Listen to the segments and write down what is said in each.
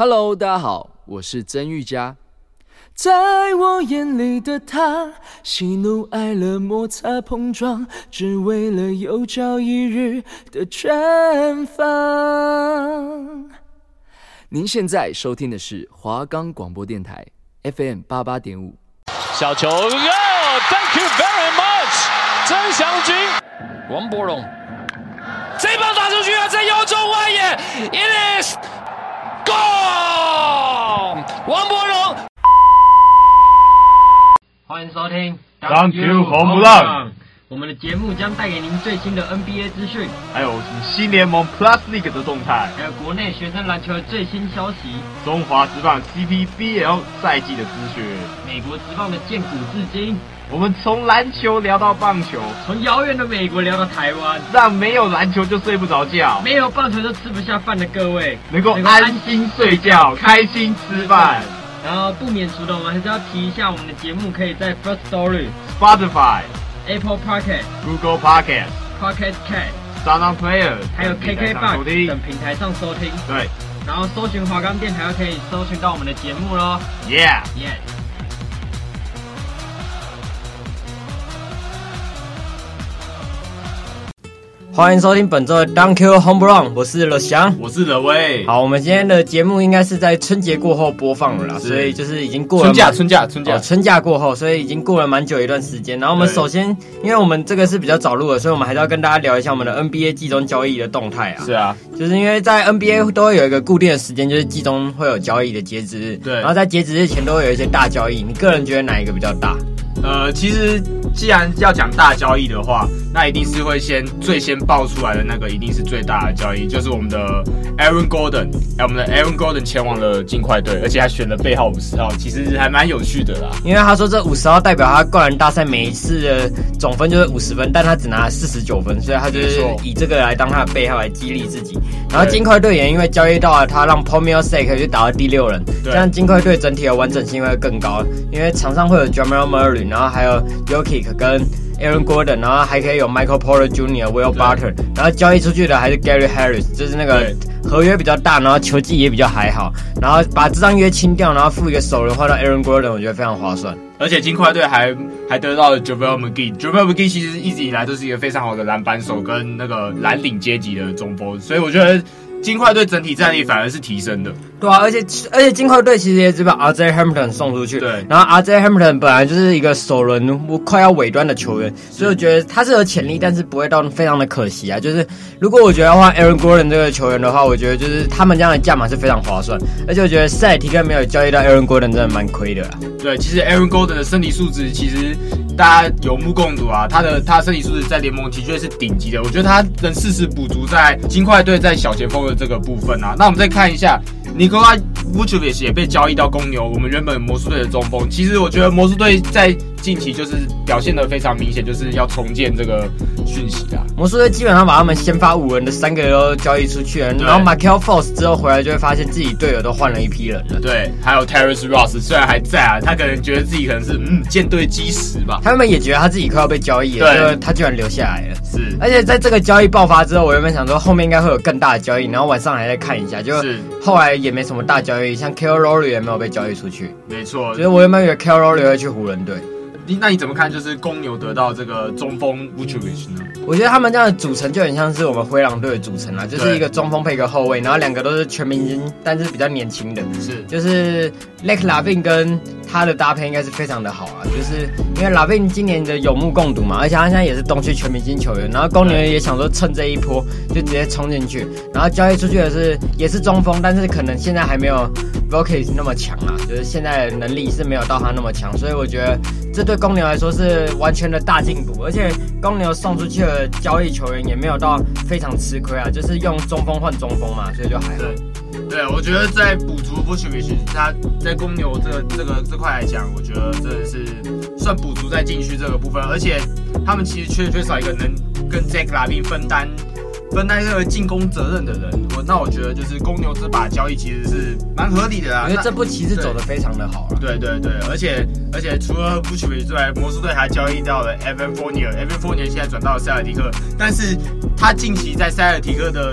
Hello， 大家好，我是曾玉佳。在我眼里的他，喜怒哀乐摩擦碰撞，只为了有朝一日的绽放。您现在收听的是华冈广播电台 FM88.5。 小球，Thank you very much， 曾祥钧，王柏融，这棒打出去了，在右中外野 ，It is gone， 王柏融。 欢迎收听 Thank you 红不让， 我们的节目将带给您最新的 NBA 资讯， 还有新联盟 Plus League 的动态， 还有国内学生篮球的最新消息， 中华职棒 CPBL 赛季的资讯， 美国职棒的建古至今。 我们从篮球聊到棒球， 从遥远的美国聊到台湾， 让没有篮球就睡不着觉， 没有棒球就吃不下饭的各位能够安心睡觉，开心吃饭。 然后不免俗的，我们还是要提一下，我们的节目可以在 First Story、Spotify、Apple Podcast、Google Podcast、Pocket Cast、SoundOn Player， 还有 KKBOX 等平台上收听。 对， 然后搜寻华冈电台，就可以搜寻到我们的节目咯。 Yeah。 欢迎收听本周的 Thank you Home Run， 我是乐翔， 我是乐威。 好，我们今天的节目应该是在春节过后播放了啦，所以就是已经过了春假过后，所以已经过了蛮久一段时间。然后我们首先，因为我们这个是比较早录的，所以我们还是要跟大家聊一下我们的 NBA 季中交易的动态啊。 是啊， 就是因为在 NBA 都会有一个固定的时间，就是季中会有交易的截止日， 对。 然后在截止日前都会有一些大交易，你个人觉得哪一个比较大？ 其实既然要讲大交易的话，那一定是会最先爆出来的那个一定是最大的交易，就是我们的 Aaron Gordon， 我们的 Aaron Gordon 前往了金块队，而且还选了背号50号，其实还蛮有趣的啦。 因为他说这50号代表他灌篮大赛每一次的总分就是50分，但他只拿了49分，所以他就是以这个来当他的背号来激励自己。然后金块队也因为交易到了他，让 Paul Millsap 就打到第6人，这样金块队整体的完整性会更高，因为场上会有 Jamal Murray， 然后还有 Jokic 跟Aaron Gordon， 然后还可以有 Michael Porter Jr、Will Barton， 然后交易出去的还是 Gary Harris， 就是那个合约比较大，然后球技也比较还好，然后把这张约清掉，然后付一个首轮换到 Aaron Gordon， 我觉得非常划算。 而且金块队还得到了 JaVale McGee，JaVale McGee 其实一直以来都是一个非常好的篮板手跟那个蓝领阶级的中锋，所以我觉得金块队整体战力反而是提升的。 对啊，而且金块队其实也只把 RJ Hampton 送出去， 对。 然后 RJ Hampton 本来就是一个首轮快要尾端的球员，所以我觉得他是有潜力，但是不会到非常的可惜啊。就是如果我觉得的话 ，Aaron Gordon 这个球员的话，我觉得就是他们这样的价码是非常划算，而且我觉得塞尔提克没有交易到 Aaron Gordon 真的蛮亏的啦。 对，其实 Aaron Gordon 的身体素质其实大家有目共睹啊，他身体素质在联盟的确是顶级的，我觉得他能适时补足在金块队在小前锋的这个部分啊。那我们再看一下Nikola Vucevic 也被交易到公牛，我们原本魔术队的中锋。其实我觉得魔术队在近期就是表现得非常明显，就是要重建这个讯息啦。 魔术队基本上把他们先发5人的3个都交易出去了，然后 Markelle Fultz 之后回来就会发现自己队友都换了一批人了。 对，还有 Terrence Ross 虽然还在啊，他可能觉得自己可能是舰队基石吧。 他们也觉得他自己快要被交易了，对，他居然留下来了。 是， 而且在这个交易爆发之后，我原本想说后面应该会有更大的交易，然后晚上还在看一下，就后来也没什么大交易，像 Kyle Lowry 也没有被交易出去。 没错， 所以我原本以为 Kyle Lowry 会去湖人队。 那你怎么看？就是公牛得到这个中锋 Vucevic 呢？ 我觉得他们这样的组成就很像是我们灰狼队的组成啦，就是一个中锋配一个后卫，然后2个都是全明星，但是比较年轻的。 是， 就是 Zach LaVine 跟他的搭配应该是非常的好啊，就是因为 LaVine 今年的有目共睹嘛，而且他现在也是东区全明星球员，然后公牛也想说趁这一波就直接冲进去，然后交易出去的也是中锋，但是可能现在还没有 Jokic 那么强啦，就是现在的能力是没有到他那么强，所以我觉得这对公牛来说是完全的大进步，而且公牛送出去的交易球员也没有到非常吃亏啊，就是用中锋换中锋嘛，所以就还好。 对，我觉得在补足 Vucevic 他在公牛这块来讲，我觉得真的是算补足在禁区这个部分，而且他们其实缺少一个能跟 Zach LaVine 分担这个进攻责任的人。那我觉得就是公牛这把交易其实是蛮合理的啦， 因为这步棋是走得非常的好啦。 对，而且除了 Vucevic 之外，魔术队还交易到了 Evan Fournier 现在转到了塞尔提克，但是他近期在塞尔提克的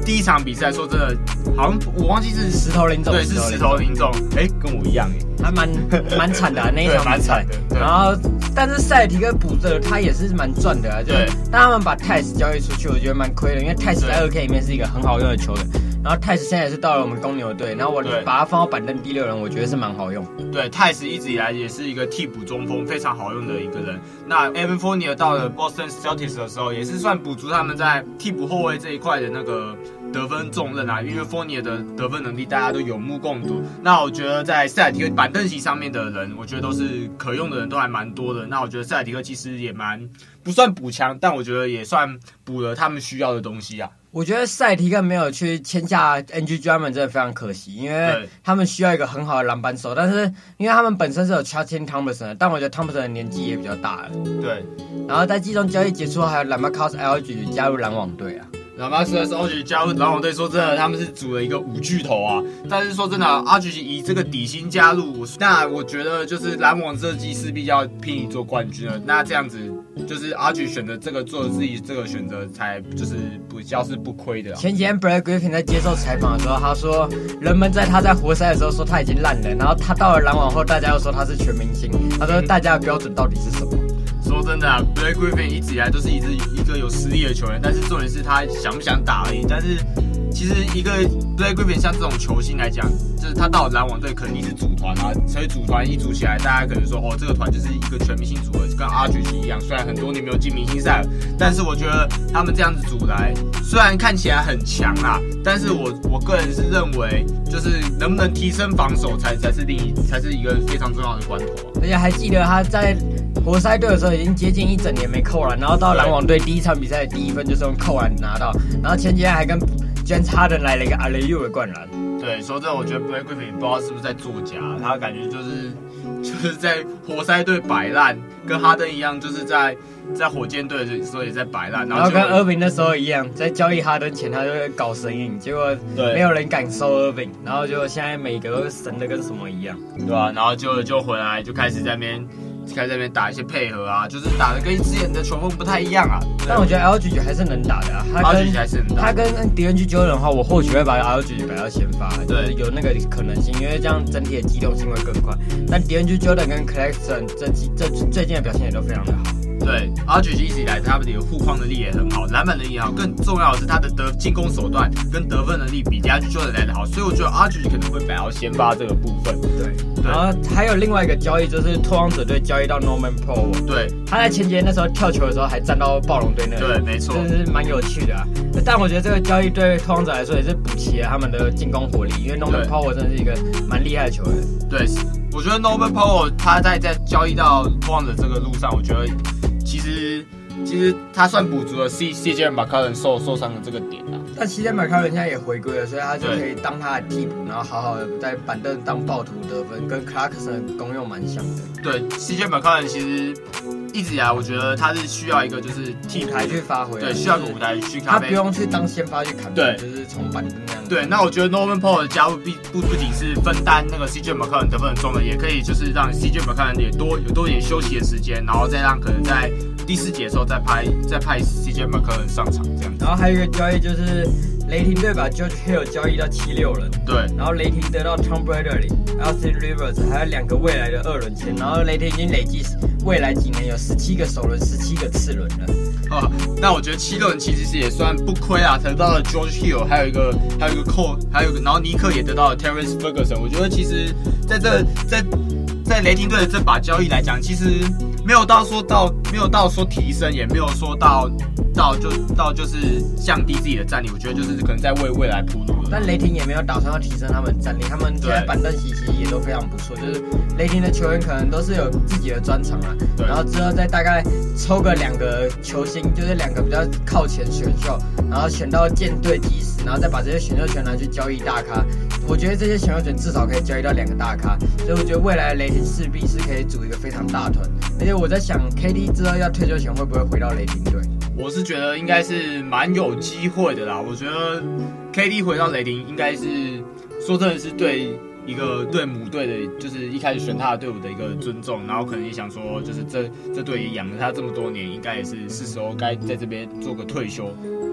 第一场比赛，说真的，好像我忘记是石头林总， 对，是石头林总，跟我一样他蛮惨的那一场比赛。然后，但是塞尔提克补着他也是蛮赚的对。但他们把泰斯交易出去，我觉得蛮亏的，因为泰斯在2K 里面是一个很好用的球员。然后泰斯现在也是到了我们公牛队，然后我把他放到板凳第6人，我觉得是蛮好用。 对，泰斯一直以来也是一个替补中锋，非常好用的一个人。那 Evan Fournier 到了 Boston Celtics 的时候，也是算补足他们在替补后卫这一块的那个得分重任因为 Fournier 的得分能力大家都有目共睹。那我觉得在塞尔提克板凳席上面的人，我觉得都是可用的人都还蛮多的。那我觉得塞尔提克其实也不算补强，但我觉得也算补了他们需要的东西啊。 我觉得塞尔提克没有去签下 NG Drummond 真的非常可惜，因为他们需要一个很好的篮板手，但是因为他们本身是有 Tristan Thompson 的，但我觉得 Thompson 的年纪也比较大了。 对， 然后在季中交易结束后，还有 Lamarcus Aldridge 加入篮网队 Lamarcus Aldridge 加入篮网队，说真的，他们是组了一个5巨头但是说真的，Aldridge以这个底薪加入，那我觉得就是篮网这季势必要拼一座冠军了。那这样子就是 Aldridge 选择这个做自己这个选择，才就是比较是不亏的。 前几天 Blake Griffin 在接受采访的时候，他说人们在他在活塞的时候说他已经烂了，然后他到了篮网后，大家又说他是全明星。他说大家的标准到底是什么？ 说真的Blake Griffin 一直以来都是一个有实力的球员，但是重点是他想不想打而已。但是其实一个 Blake Griffin 像这种球星来讲，就是他到了篮网队肯定是组团所以组团一组起来，大家可能说这个团就是一个全明星组合，跟 Aldridge 一样。虽然很多年没有进明星赛了，但是我觉得他们这样子组来，虽然看起来很强但是我个人是认为，就是能不能提升防守才是一个非常重要的关头而且还记得他在活塞队的时候已经接近1整年没扣篮，然后到篮网队第一场比赛的第1分就是用扣篮拿到，然后前几天还跟 James Harden 来了一个 alley-oop 的灌篮。 对，说真的，我觉得 Blake Griffin 不知道是不是在作假，他感觉就是在活塞队摆烂，跟哈登一样，就是在火箭队的时候也在摆烂， 然后跟Irving那时候一样，在交易哈登前他就会搞神隐，结果没有人敢收Irving，然后就现在每个都神的跟什么一样， 对吧？然后就回来就开始在那边打一些配合就是打的跟之前的球风不太一样但我觉得 Aldridge 还是能打的 Aldridge 还是能打。 他跟DNG Jordan 的话，我或许会把 Aldridge 摆到先发，就是有那个可能性，因为这样整体的机动性会更快。但 DNG Jordan 跟 Claxton 这最近的表现也都非常的好。 对 ，Aldridge 一直以来他们的护框能力也很好，篮板能力也好，更重要的是他的进攻手段跟得分能力比 DNG Jordan 来的好，所以我觉得 Aldridge 可能会摆到先发这个部分。 对，然后还有另外一个交易就是拓荒者队交易到 Norman Powell， 对， 他在前几天那时候跳球的时候还站到暴龙队那里， 对，没错， 真是蛮有趣的但我觉得这个交易对拓荒者来说也是补齐了他们的进攻火力，因为 Norman Powell 真的是一个蛮厉害的球员。 对，我觉得 Norman Powell 他在交易到拓荒者这个路上，我觉得其实他算补足了 CJ McCollum 受伤的这个点但CJ McCollum 现在也回归了，所以他就可以当他的替补，然后好好的在板凳当暴徒得分，跟 Clarkson 的功用蛮像的。 对 ，CJ McCollum 其实一直以来，我觉得他是需要一个就是替补去发挥， 对，需要一个舞台去他不用去当先发去砍， 对， 就是从板凳那样。 对，那我觉得 Norman Powell 的加入不仅是分担那个 CJ McCollum 得分的重任，也可以就是让 CJ McCollum 也有多一点休息的时间，然后再让可能在第4节的时候再派 CJ McCollum 上场这样子。 然后还有一个交易就是雷霆队把 George Hill 交易到76人， 对， 然后雷霆得到 Tom Bradley、Austin Rivers， 还有2个未来的2轮签，然后雷霆已经累计未来几年有17个首轮、17个次轮了。 那我觉得76人其实也算不亏得到了 George Hill， 还有一个 Cole， 然后尼克也得到了 Terrence Ferguson。我觉得其实在雷霆队的这把交易来讲，其实没有到说提升，也没有说到就是降低自己的战力，我觉得就是可能在为未来铺路了。 但雷霆也没有打算要提升他们的战力，他们现在板凳席其实也都非常不错，就是雷霆的球员可能都是有自己的专长然后之后再大概抽个2个球星，就是2个比较靠前选秀，然后选到舰队基石，然后再把这些选秀权拿去交易大咖。我觉得这些选秀权至少可以交易到2个大咖，所以我觉得未来的雷霆势必是可以组一个非常大团。而且我在想 ，KD 之后要退休前会不会回到雷霆队？ 我是觉得应该是蛮有机会的啦。我觉得 KD 回到雷霆应该是说真的是对母队的，就是一开始选他的队伍的一个尊重，然后可能也想说，就是这队也养了他这么多年，应该也是时候该在这边做个退休，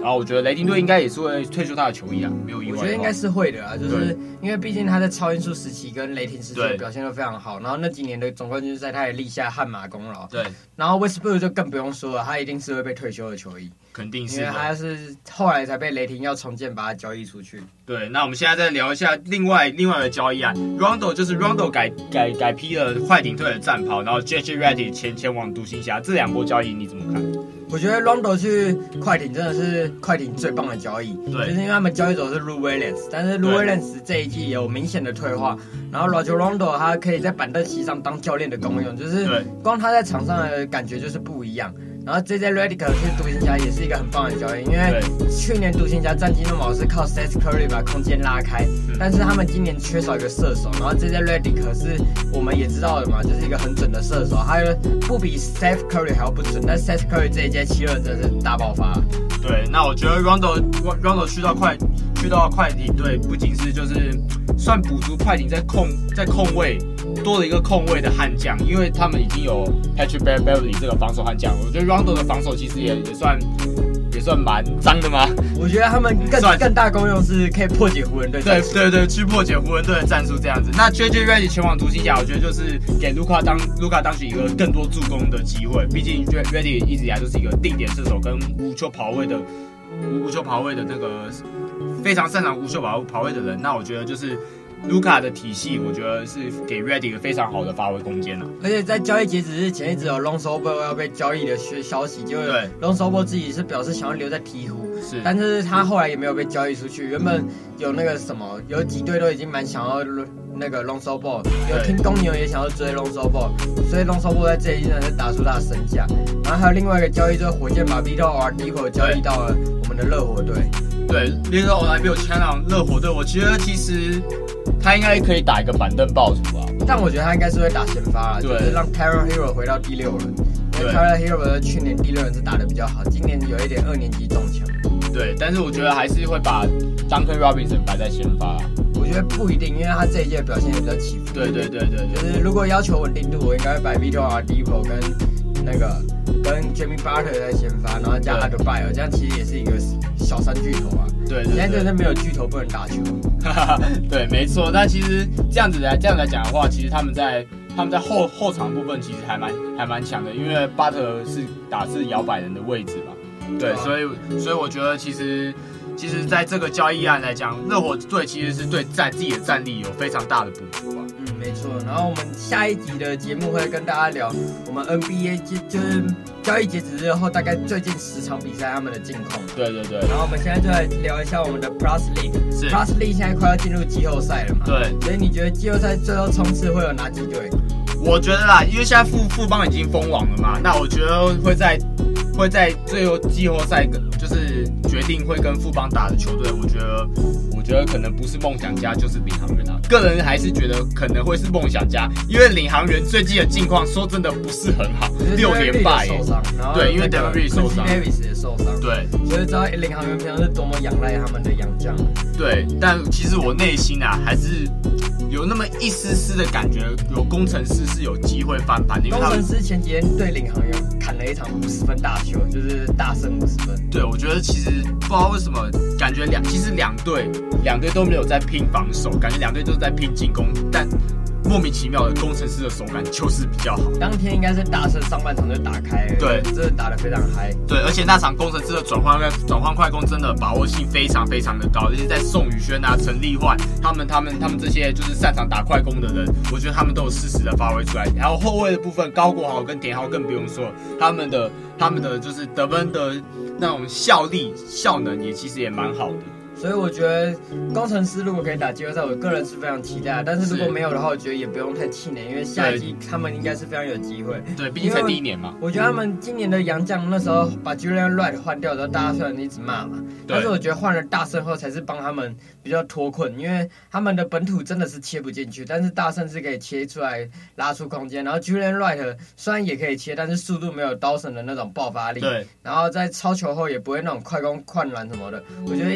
然后我觉得雷霆队应该也是会退出他的球衣啊，没有意外。 我觉得应该是会的啊，就是因为毕竟他在超音速时期跟雷霆时期的表现都非常好，然后那几年的总冠军赛他也立下汗马功劳。 对， 然后 Westbrook 就更不用说了，他一定是会被退休的球衣， 肯定是， 因为他是后来才被雷霆要重建把他交易出去。 对，那我们现在再聊一下另外的交易案 ，Rondo 就是 Rondo 改披了快艇队的战袍，然后 JJ Redick 前往独行侠，这2波交易你怎么看？ 我觉得 Rondo 去快艇真的是快艇最棒的交易， 对， 就是因为他们交易走的是 Lou Williams， 但是 Lou Williams 这一季有明显的退化，然后 Rajon Rondo 他可以在板凳席上当教练的功用，就是光他在场上的感觉就是不一样。然后 JJ Redick 去独行侠也是一个很棒的交易，因为去年独行侠战绩那么好是靠 Seth Curry 把空间拉开，但是他们今年缺少一个射手，然后 JJ Redick 是我们也知道的嘛，就是一个很准的射手，他不比 Seth Curry 还要不准，但 Seth Curry 这一届7人真的是大爆发。 对，那我觉得 Rondo 去到快艇队，不仅是就是算补足快艇在控位多了一个控位的悍将，因为他们已经有 Patrick Beverley 这个防守悍将，我觉得 Rondo 的防守其实也算蛮脏的嘛。 我觉得他们更大功用是可以破解湖人队战术。 对，去破解湖人队的战术这样子。那 JJ Redick 前往独行侠，我觉得就是给卢卡当取一个更多助攻的机会。毕竟 Redick 一直以来就是一个定点射手跟无球跑位的那个非常擅长无球跑位的人。那我觉得就是卢卡的体系，我觉得是给 Redick 非常好的发挥空间了。 而且在交易截止日前，一直有 Lonzo Ball 要被交易的消息，就 Lonzo Ball 自己是表示想要留在鹈鹕，但是他后来也没有被交易出去。原本有那个什么，有几队都已经蛮想要那个 Lonzo Ball， 有听公牛也想要追 Lonzo Ball， 所以 Lonzo Ball 在这一季真的是打出他的身价。然后还有另外一个交易，就是火箭把 Vito Oladipo 交易到了我们的热火队。 对 ，Vito Oladipo 前往热火队，我觉得其实他应该可以打一个板凳爆竹啊。 但我觉得他应该是会打先发了，就是让 Tyler Hero 回到第6人。因为 Tyler Hero 的去年第6人是打得比较好，今年有一点2年级中枪。 对，但是我觉得还是会把 Duncan Robinson 摆在先发。 我觉得不一定，因为他这一届表现也比较起伏。 对， 就是如果要求稳定度，我应该会摆 Vito Oladipo 跟 Jimmy Butler 在先发，然后加 Adebayo， 这样其实也是一个小3巨头啊。 对， 现在真的没有巨头不能打球。 对，没错。但其实这样子来讲的话，其实他们在后场部分其实还蛮强的，因为巴特是打是摇摆人的位置嘛。对，所以我觉得其实在这个交易案来讲，热火队其实是对自己的战力有非常大的补足啊。 没错。然后我们下一集的节目会跟大家聊我们 NBA 就是交易截止日后大概最近10场比赛他们的近况。 对。 然后我们现在就来聊一下我们的 Plus League。Plus League 现在快要进入季后赛了嘛？ 对。 所以你觉得季后赛最后冲刺会有哪几队？ 我觉得啦，因为现在富邦已经封王了嘛，那我觉得会在最后季后赛就是决定会跟富邦打的球队，我觉得可能不是梦想家就是领航员啊。个人还是觉得可能会是梦想家，因为领航员最近的境况说真的不是很好，6连败耶。对，因为 Devin Reed 受伤 ，Davis 也受伤。 对， 所以知道领航员平常是多么仰赖他们的洋将。 对，但其实我内心啊还是有那么一丝丝的感觉，有工程师是有机会翻盘的。 工程师前几天对领航员砍了一场50分大秀，就是大胜50分。 对，我觉得其实不知道为什么，感觉其实两队都没有在拼防守，感觉两队都在拼进攻，但莫名其妙的工程师的手感就是比较好。 当天应该是大胜，上半场就打开了，对，真的打得非常嗨。 对，而且那场工程师的转换快攻真的把握性非常非常的高，而且在宋宇轩啊、陈立焕他们这些就是擅长打快攻的人，我觉得他们都有适时的发挥出来。然后后卫的部分，高国豪跟田浩更不用说，他们的就是得分的那种效能也其实也蛮好的。 所以我觉得工程师如果可以打季后赛，我个人是非常期待的。但是如果没有的话，我觉得也不用太气馁，因为下一季他们应该是非常有机会。 对，毕竟才第1年嘛。 我觉得他们今年的洋将那时候把 Julian Wright 换掉的时候，大家虽然一直骂嘛，但是我觉得换了大胜后才是帮他们比较脱困，因为他们的本土真的是切不进去，但是大胜是可以切出来拉出空间。然后 Julian Wright 虽然也可以切，但是速度没有Dawson的那种爆发力。 对。 然后在超球后也不会那种快攻灌篮什么的。我觉得一支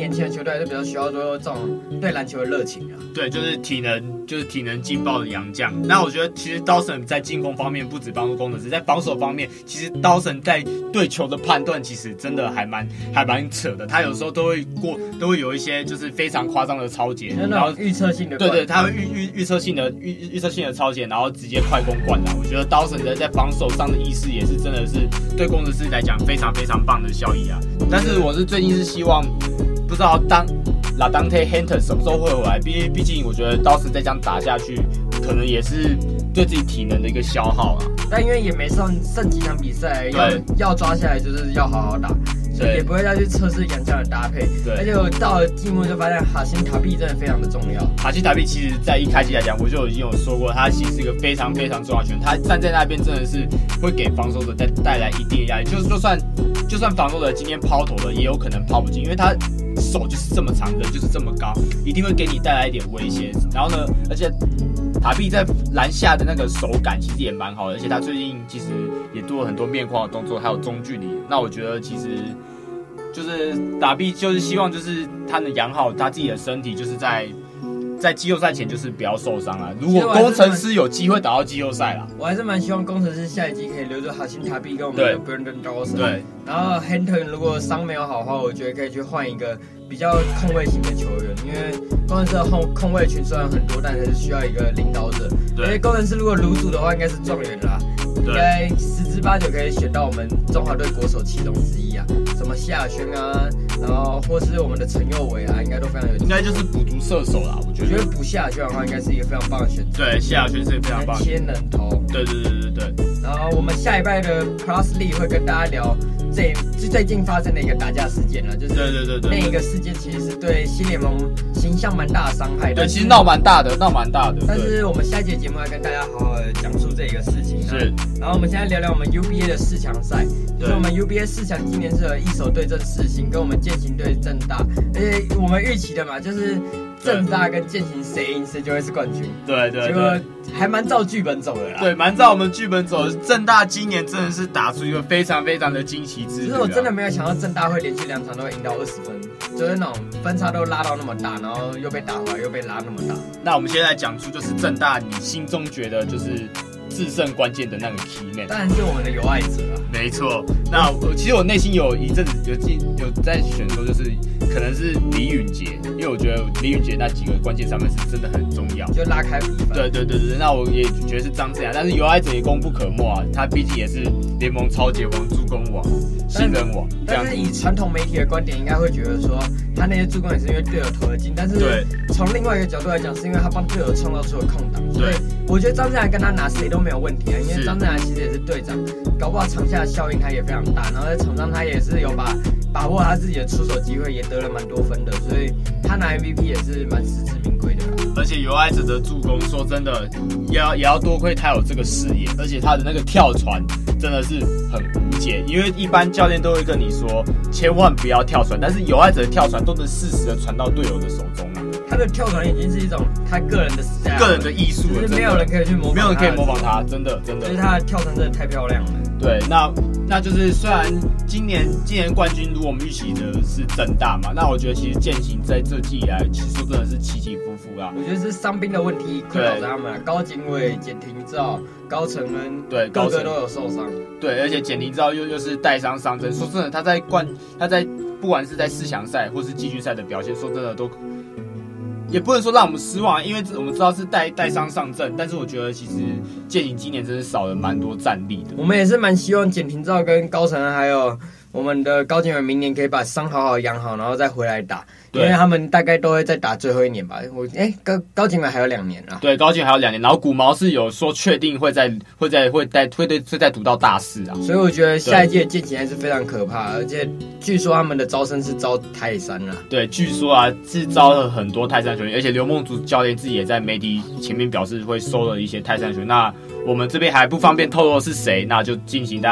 年轻的球队还是比较需要说这种对篮球的热情啊。 对，就是体能劲爆的洋将。那我觉得其实Dawson在进攻方面不止帮助工程师，在防守方面，其实Dawson在对球的判断其实真的还蛮扯的。他有时候都会有一些就是非常夸张的抄截， 然后预测性的， 对，他会预测性的抄截，然后直接快攻灌篮。我觉得Dawson在防守上的意识也是真的是对工程师来讲非常非常棒的效益啊。但是我是最近是希望，不知道LaDonte Hunter 什么时候会回来？毕竟我觉得Dawson再这样打下去，可能也是对自己体能的一个消耗啊。 但因为也没剩几场比赛，要抓下来就是要好好打，所以也不会再去测试洋将的搭配。对，而且我到了季末就发现哈辛塔比真的非常的重要。 哈辛塔比其实在一开季来讲，我就已经有说过，他其实是一个非常非常重要的球员，他站在那边真的是会给防守者带来一定的压力。就算防守者今天抛投了，也有可能抛不进，因为他手就是这么长，人就是这么高，一定会给你带来一点威胁。然后呢，而且塔比在篮下的那个手感其实也蛮好的，而且他最近其实也多了很多面框的动作，还有中距离。那我觉得其实就是塔比就是希望就是他能养好他自己的身体，就是在季后赛前就是不要受伤啦。如果工程师有机会打到季后赛啦， 我还是蛮希望工程师下一季可以留着哈辛塔比跟我们的 Brandon Dawson。 对， 然后 Hinton 如果伤没有好的话，我觉得可以去换一个比较控卫型的球员，因为工程师的控卫群虽然很多，但还是需要一个领导者。因为工程师如果卤煮的话，应该是状元啦，应该10之8九可以选到我们中华队国手其中之一啊，什么夏轩啊，然后或是我们的陈佑伟啊，应该都非常有机会。 应该就是补足射手啦，我觉得补夏轩的话，应该是一个非常棒的选择。 对，夏轩是非常棒， 能切能投。 对。 然后我们下一拜的 Plus League 会跟大家聊最近发生的一个打架事件了，就是对那一个事件其实是对新联盟形象蛮大的伤害。 对，其实闹蛮大的。 但是我们下一节节目要跟大家好好的讲述这个事情。 是。 然后我们现在聊聊我们 UBA 的4强赛，就是我们 UBA 4强今年是有1手对阵世新，跟我们践行对政大，而且我们预期的嘛，就是政大跟践行谁赢谁就会是冠军。 对。 结果还蛮照剧本走的啦。 对，蛮照我们剧本走的。政大今年真的是打出一个非常非常的惊奇之旅。 其实我真的没有想到政大会连续2场都会赢到20分，就是那种分差都拉到那么大，然后又被打回来，又被拉那么大。 那我们现在讲出就是政大你心中觉得就是制胜关键的那个 key man， 当然是我们的有爱者啊。 没错。那其实我内心有一阵子有在选说，就是可能是李允杰，因为我觉得李允杰那几个关键三分是真的很重要， 就拉开比分。 对。那我也觉得是张志阳，但是有爱者也功不可没啊，他毕竟也是联盟超级王、助攻王、新人王。 但是以传统媒体的观点，应该会觉得说他那些助攻也是因为队友投得进，但是从另外一个角度来讲，是因为他帮队友创造出了空档。所以我觉得张志阳跟他拿谁都没有问题啊，因为张志阳其实也是队长，搞不好场下的效应他也非常大，然后在场上他也是有把握他自己的出手机会，也得了蛮多分的，所以他拿 MVP 也是蛮实至名归的啦。 而且有爱者的助攻，说真的，也要多亏他有这个视野，而且他的那个跳传真的是很无解，因为一般教练都会跟你说，千万不要跳传，但是有爱者的跳传都能适时的传到队友的手中啊。 他的跳传已经是一种他个人的艺术了，就是没有人可以去模仿他， 没有人可以模仿他，真的。 就是他的跳传真的太漂亮了。 对，那就是虽然今年冠军如果我们预期的是政大嘛，那我觉得其实践行在这季以来，其实说真的是起起伏伏啊。 我觉得是伤兵的问题困扰着他们，高景伟、简廷照、高承恩，对，个个都有受伤。 对，而且简廷照又是带伤上阵，说真的，他在不管是在4强赛或是季军赛的表现，说真的都。也不能说让我们失望，因为我们知道是带伤上阵，但是我觉得其实践行今年真是少了蛮多战力的。 我们也是蛮希望简廷照跟高承恩还有我们的高景伟明年可以把伤好好养好，然后再回来打，因为他们大概都会再打最后1年吧。高景伟还有2年啦。 对，高景伟还有2年，然后古毛是有说确定会再读到大4啊。 所以我觉得下一届践行还是非常可怕，而且据说他们的招生是招泰山啦。 对，据说啊是招了很多泰山球员，而且刘梦竹教练自己也在媒体前面表示会收了一些泰山球员。那我们这边还不方便透露是谁，那就进行大家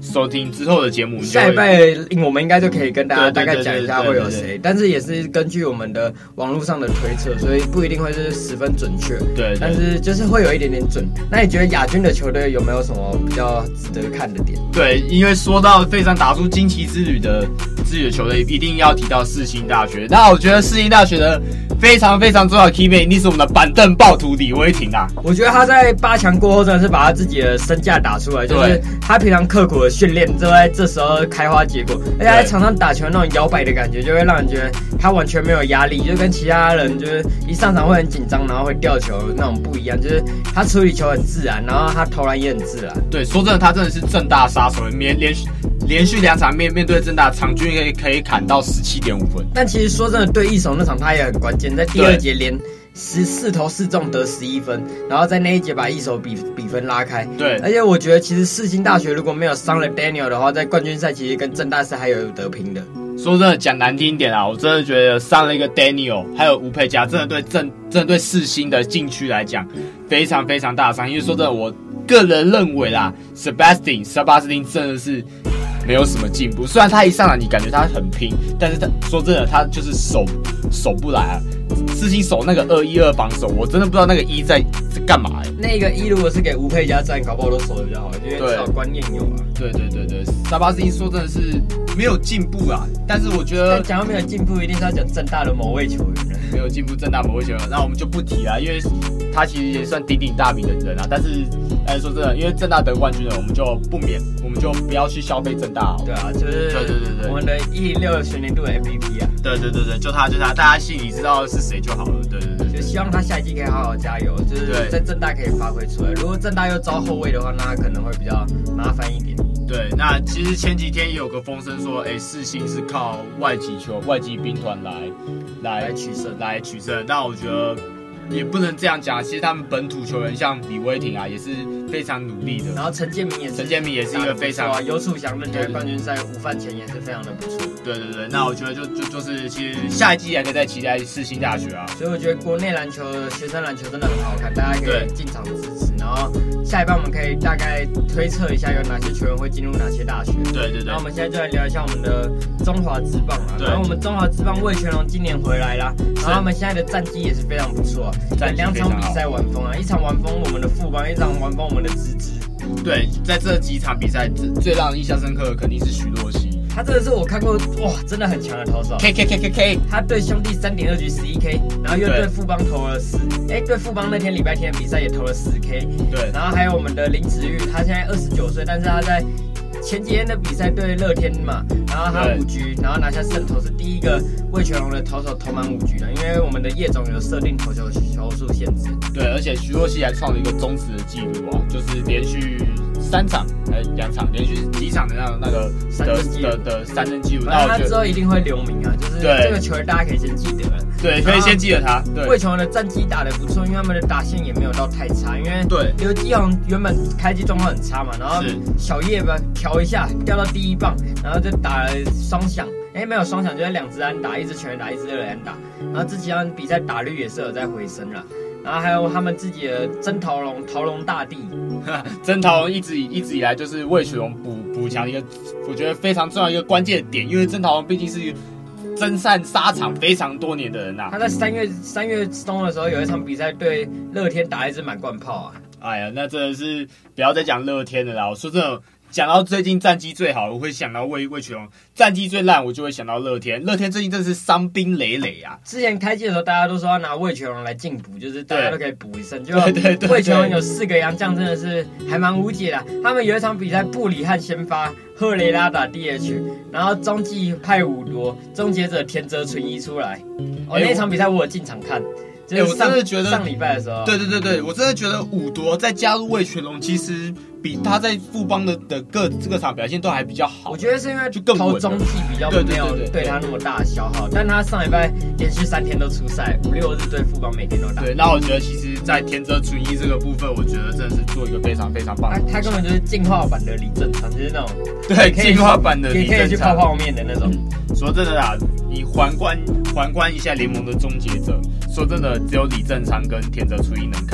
收听之后的节目。 下礼拜我们应该就可以跟大家大概讲一下会有谁，但是也是根据我们的网络上的推测，所以不一定会是十分准确。 对， 但是就是会有一点点准。那你觉得亚军的球队有没有什么比较值得看的点？ 对，因为说到非常打出惊奇之旅的球队，一定要提到世新大学。那我觉得世新大学的非常非常重要的 key man 一定是我们的板凳暴徒李威霆啊！ 我觉得他在8强过后真的是把他自己的身价打出来，就是他平常刻苦的训练，就在这时候开花结果，而且在场上打球那种摇摆的感觉，就会让人觉得他完全没有压力，就跟其他人就是一上场会很紧张，然后会掉球那种不一样，就是他处理球很自然，然后他投篮也很自然。 对，说真的，他真的是政大杀手，连续2场面对政大，场均可以砍到17.5分。 但其实说真的，对一手那场他也很关键，在第2节连14投4中得11分，然后在那一节把一手比分拉开。 对， 而且我觉得其实世新大学如果没有伤了 Daniel 的话，在冠军赛其实跟政大是还有得拼的。 说真的，讲难听一点啊，我真的觉得伤了一个 Daniel， 还有吴佩嘉，真的对世新的禁区来讲非常非常大的伤。因为说真的，我个人认为啦 ，Sebastian 真的是没有什么进步。虽然他一上来你感觉他很拼，但是他说真的，他就是守不来啊。世新守那个2-1-2防守，我真的不知道那个1在干嘛那个1如果是给吴佩嘉站，搞不好都守得比较好，因为至少观念有啊。 对，Sebastian说真的是没有进步啊。但是我觉得讲到没有进步，一定是要讲政大的某位球员没有进步，政大某位球员，那我们就不提了，因为他其实也算鼎鼎大名的人啊。但是说真的，因为政大得冠军了，我们就不要去消费政大。 对啊，就是对，我们的106全年度的 MVP 啊。 对，就他，大家心里知道是谁就好了。对， 就希望他下一季可以好好加油，就是在政大可以发挥出来。如果政大又招后卫的话，那他可能会比较麻烦一点。 对，那其实前几天也有个风声说，世新是靠外籍兵团来取胜。但我觉得也不能这样讲，其实他们本土球员像李威霆啊，也是非常努力的。然后陈建明也是一个非常尤楚祥的冠军赛午饭前也是非常的不错。 对，那我觉得就是其实下一季还可以再期待世新大学啊。 所以我觉得国内篮球、学生篮球真的很好看，大家可以进场支持。然后下一半我们可以大概推测一下有哪些球员会进入哪些大学。 对。 然后我们现在就来聊一下我们的中华职棒啊。然后我们中华职棒魏全龙今年回来啦，然后他们现在的战绩也是非常不错啊。2场比赛完封啊，一场完封我们的富邦，一场完封我们的芝芝。 对，在这几场比赛最让人印象深刻的肯定是徐若曦。 他这个是我看过哇，真的很强的投手。 K， 他对兄弟3.2局11 K， 然后又对富邦投了对富邦那天礼拜天的比赛也投了4 K。对，然后还有我们的林子玉，他现在29岁，但是他在前几天的比赛对乐天嘛，然后他5局，然后拿下胜投，是第一个魏全龙的投手投满5局的，因为我们的叶总有设定投球数限制。对， 而且徐若曦还创了一个中职的纪录啊，就是连续3场还是2场，连续几场的那个的3振纪录。 那他之后一定会留名啊，就是这个球员大家可以先记得了。 对，可以先记得他。对， 魏全龙的战绩打得不错，因为他们的打线也没有到太差，因为刘基宏原本开机状况很差嘛，然后小叶吧调一下掉到第1棒，然后就打了双响。没有双响，就在2支安打，1支全垒打，1支2垒安打，然后这几场比赛打率也是有在回升了。然后还有他们自己的曾陶龙大帝， 曾陶龙一直以来就是魏全龙补强一个，我觉得非常重要一个关键点，因为曾陶龙毕竟是征战沙场非常多年的人啊。 他在3月中的时候有一场比赛对乐天打一支满贯炮啊。 哎呀，那真的是不要再讲乐天了啦！我说真的。讲到最近战绩最好，我会想到魏全龙；战绩最烂，我就会想到乐天。乐天最近真的是伤兵累累啊！ 之前开季的时候，大家都说要拿魏全龙来进补，就是大家都可以补一胜。就魏全龙有4个洋将，真的是还蛮无解的。他们有一场比赛，布里汉先发，赫雷拉打 DH， 然后中继派5夺，终结者田泽纯一出来。那场比赛我有进场看。 我真的觉得上礼拜的时候， 对，我真的觉得5夺再加入魏全龙，其实比他在富邦的这个场表现都还比较好。 我觉得是因为投中继比较没有对他那么大的消耗，但他上礼拜连续3天都出赛，5、6日对富邦每天都打。 对，那我觉得其实，在田泽纯一这个部分，我觉得真的是做一个非常非常棒的。 他根本就是进化版的李正昌，就是那种进化版的李正昌， 也可以去泡泡面的那种。 说真的啦，你环观一下联盟的终结者，说真的，只有李正昌跟田泽纯一能看。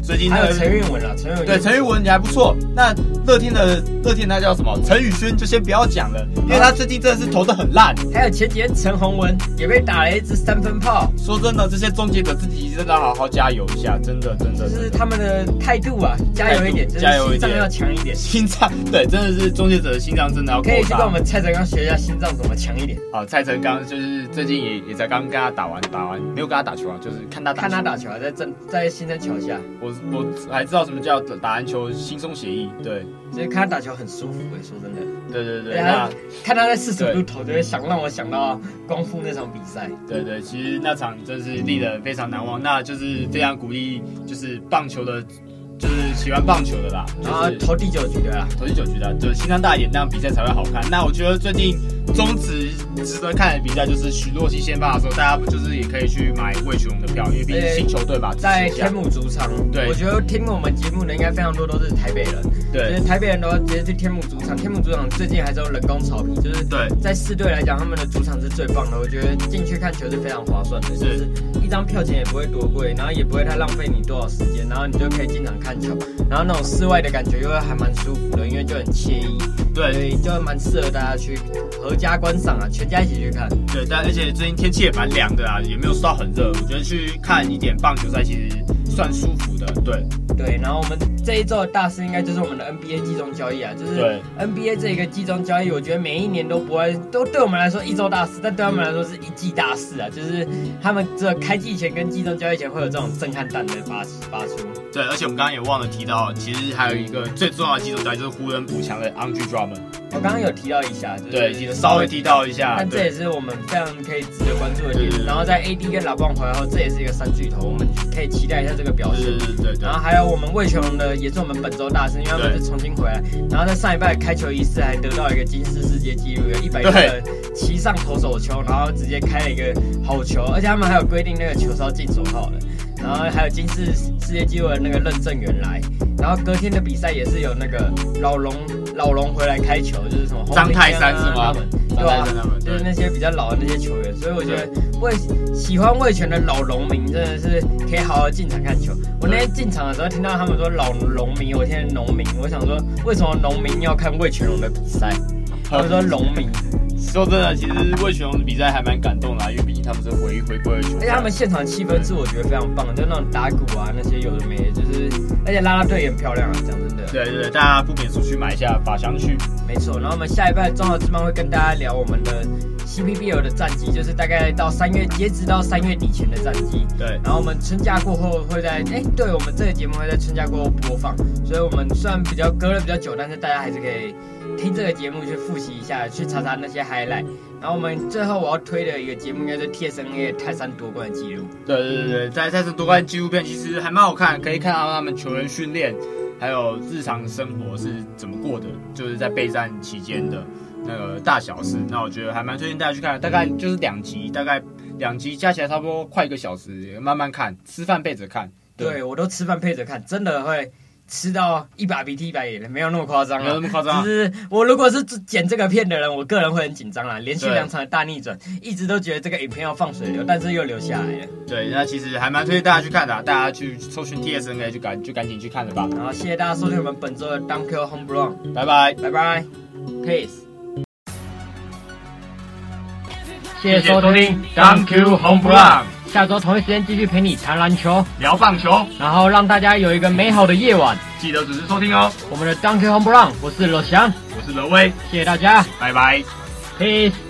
最近还有陈韵文啦， 陈韵文也还不错。那乐天那叫什么？陈宇勋就先不要讲了，因为他最近真的是投得很烂。 还有前几天陈宏文也被打了一支3分炮。 说真的，这些终结者自己真的要好好加油一下，真的。 就是他们的态度啊，加油一点，就是心脏要强一点。 心脏对，真的是终结者的心脏真的要够大。 可以去跟我们蔡成刚学一下心脏怎么强一点。 好，蔡成刚就是最近也才刚跟他打完，没有跟他打球啊，就是看他打球啊，在新生桥下。 我还知道什么叫打篮球轻松协议，对， 所以看他打球很舒服说真的。 对， 看他在45度投，就会让我想到光复那场比赛。 对，其实那场真是令人非常难忘，那就是非常鼓励，就是棒球的。就是喜欢棒球的啦， 然后投第9局的啦， 就心脏大一点，那样比赛才会好看。那我觉得最近中职值得看的比赛就是许若曦先发的时候，大家不就是也可以去买味全龙的票，因为毕竟新球队吧， 在天母主场。对，我觉得听我们节目的应该非常多都是台北人，对，就是台北人都直接去天母主场。天母主场最近还是有人工草皮，就是对，在4队来讲，他们的主场是最棒的。我觉得进去看球是非常划算的，就是一张票钱也不会多贵，然后也不会太浪费你多少时间，然后你就可以进场看球，然后那种室外的感觉又还蛮舒服的，因为就很惬意，对，所以就蛮适合大家去合家观赏啊，全家一起去看。对， 但而且最近天气也蛮凉的啊，也没有到很热，我觉得去看一点棒球赛其实算舒服的。 对，然后我们这一周的大事应该就是我们的 NBA 季中交易啊，就是 NBA 这个季中交易，我觉得每一年都不会，都对我们来说一周大事，但对他们来说是一季大事啊，就是他们这开季前跟季中交易前会有这种震撼弹的发出。 对，而且我们刚刚也忘了提到，其实还有一个最重要的季中交易就是湖人补强的 Andre Drummond。 我刚刚有提到一下， 对，稍微提到一下， 但这也是我们非常可以值得关注的点。然后在 AD 跟拉布朗回来后，这也是一个3巨头，我们可以期待一下这个表现。对。然后还有我们味全龙的，也是我们本周大事，因为他们是重新回来。然后在上一拜开球仪式还得到一个金氏世界纪录，有100个骑上投手球，然后直接开了一个好球，而且他们还有规定那个球是要进手套的。然后还有金氏世界纪录的那个认证员来，然后隔天的比赛也是有那个老龙回来开球，就是什么张泰山是吗？ 对吧？就是那些比较老的那些球员，所以我觉得喜欢味全的老农民真的是可以好好进场看球。我那天进场的时候听到他们说老农民，我听成农民，我想说为什么农民要看味全龙的比赛？他们说农民。 说真的，其实味全龙的比赛还蛮感动的，因为毕竟他们是回归的球队， 而且他们现场气氛是我觉得非常棒的，就那种打鼓啊那些有的没的，就是而且啦啦队也很漂亮啊，讲真的。 对，大家不免俗去买一下法香区。 没错，然后我们下一拜中华之棒会跟大家聊我们的 CPBL 的战绩，就是大概到截止到3月底前的战绩。对，然后我们春假过后会在对，我们这个节目会在春假过后播放，所以我们虽然隔了比较久，但是大家还是可以听这个节目去复习一下，去查查那些 highlight。然后我们最后我要推的一个节目应该是 TSNA 泰山夺冠的纪录。对，在泰山夺冠纪录片其实还蛮好看，可以看到他们球员训练，还有日常生活是怎么过的，就是在备战期间的那个大小事。那我觉得还蛮推荐大家去看，大概就是2集，大概2集加起来差不多快1个小时，慢慢看，吃饭配着看。对，我都吃饭配着看，真的会吃到一把鼻涕一把眼泪，没有那么夸张，没有那么夸张。就是我如果是剪这个片的人，我个人会很紧张啦。连续2场的大逆转，一直都觉得这个影片要放水流，但是又留下来了。对，那其实还蛮推荐大家去看的，大家去搜寻 TSNA 就赶紧去看了吧。然后谢谢大家收听我们本周的 Dunk Home Run， 拜拜 ，Peace。谢谢收听 Dunk Home Run。下周同一时间继续陪你谈篮球、聊棒球，然后让大家有一个美好的夜晚。记得准时收听哦。我们的 Dunk Home Run， 我是罗翔，我是罗威，谢谢大家，拜拜 ，Peace。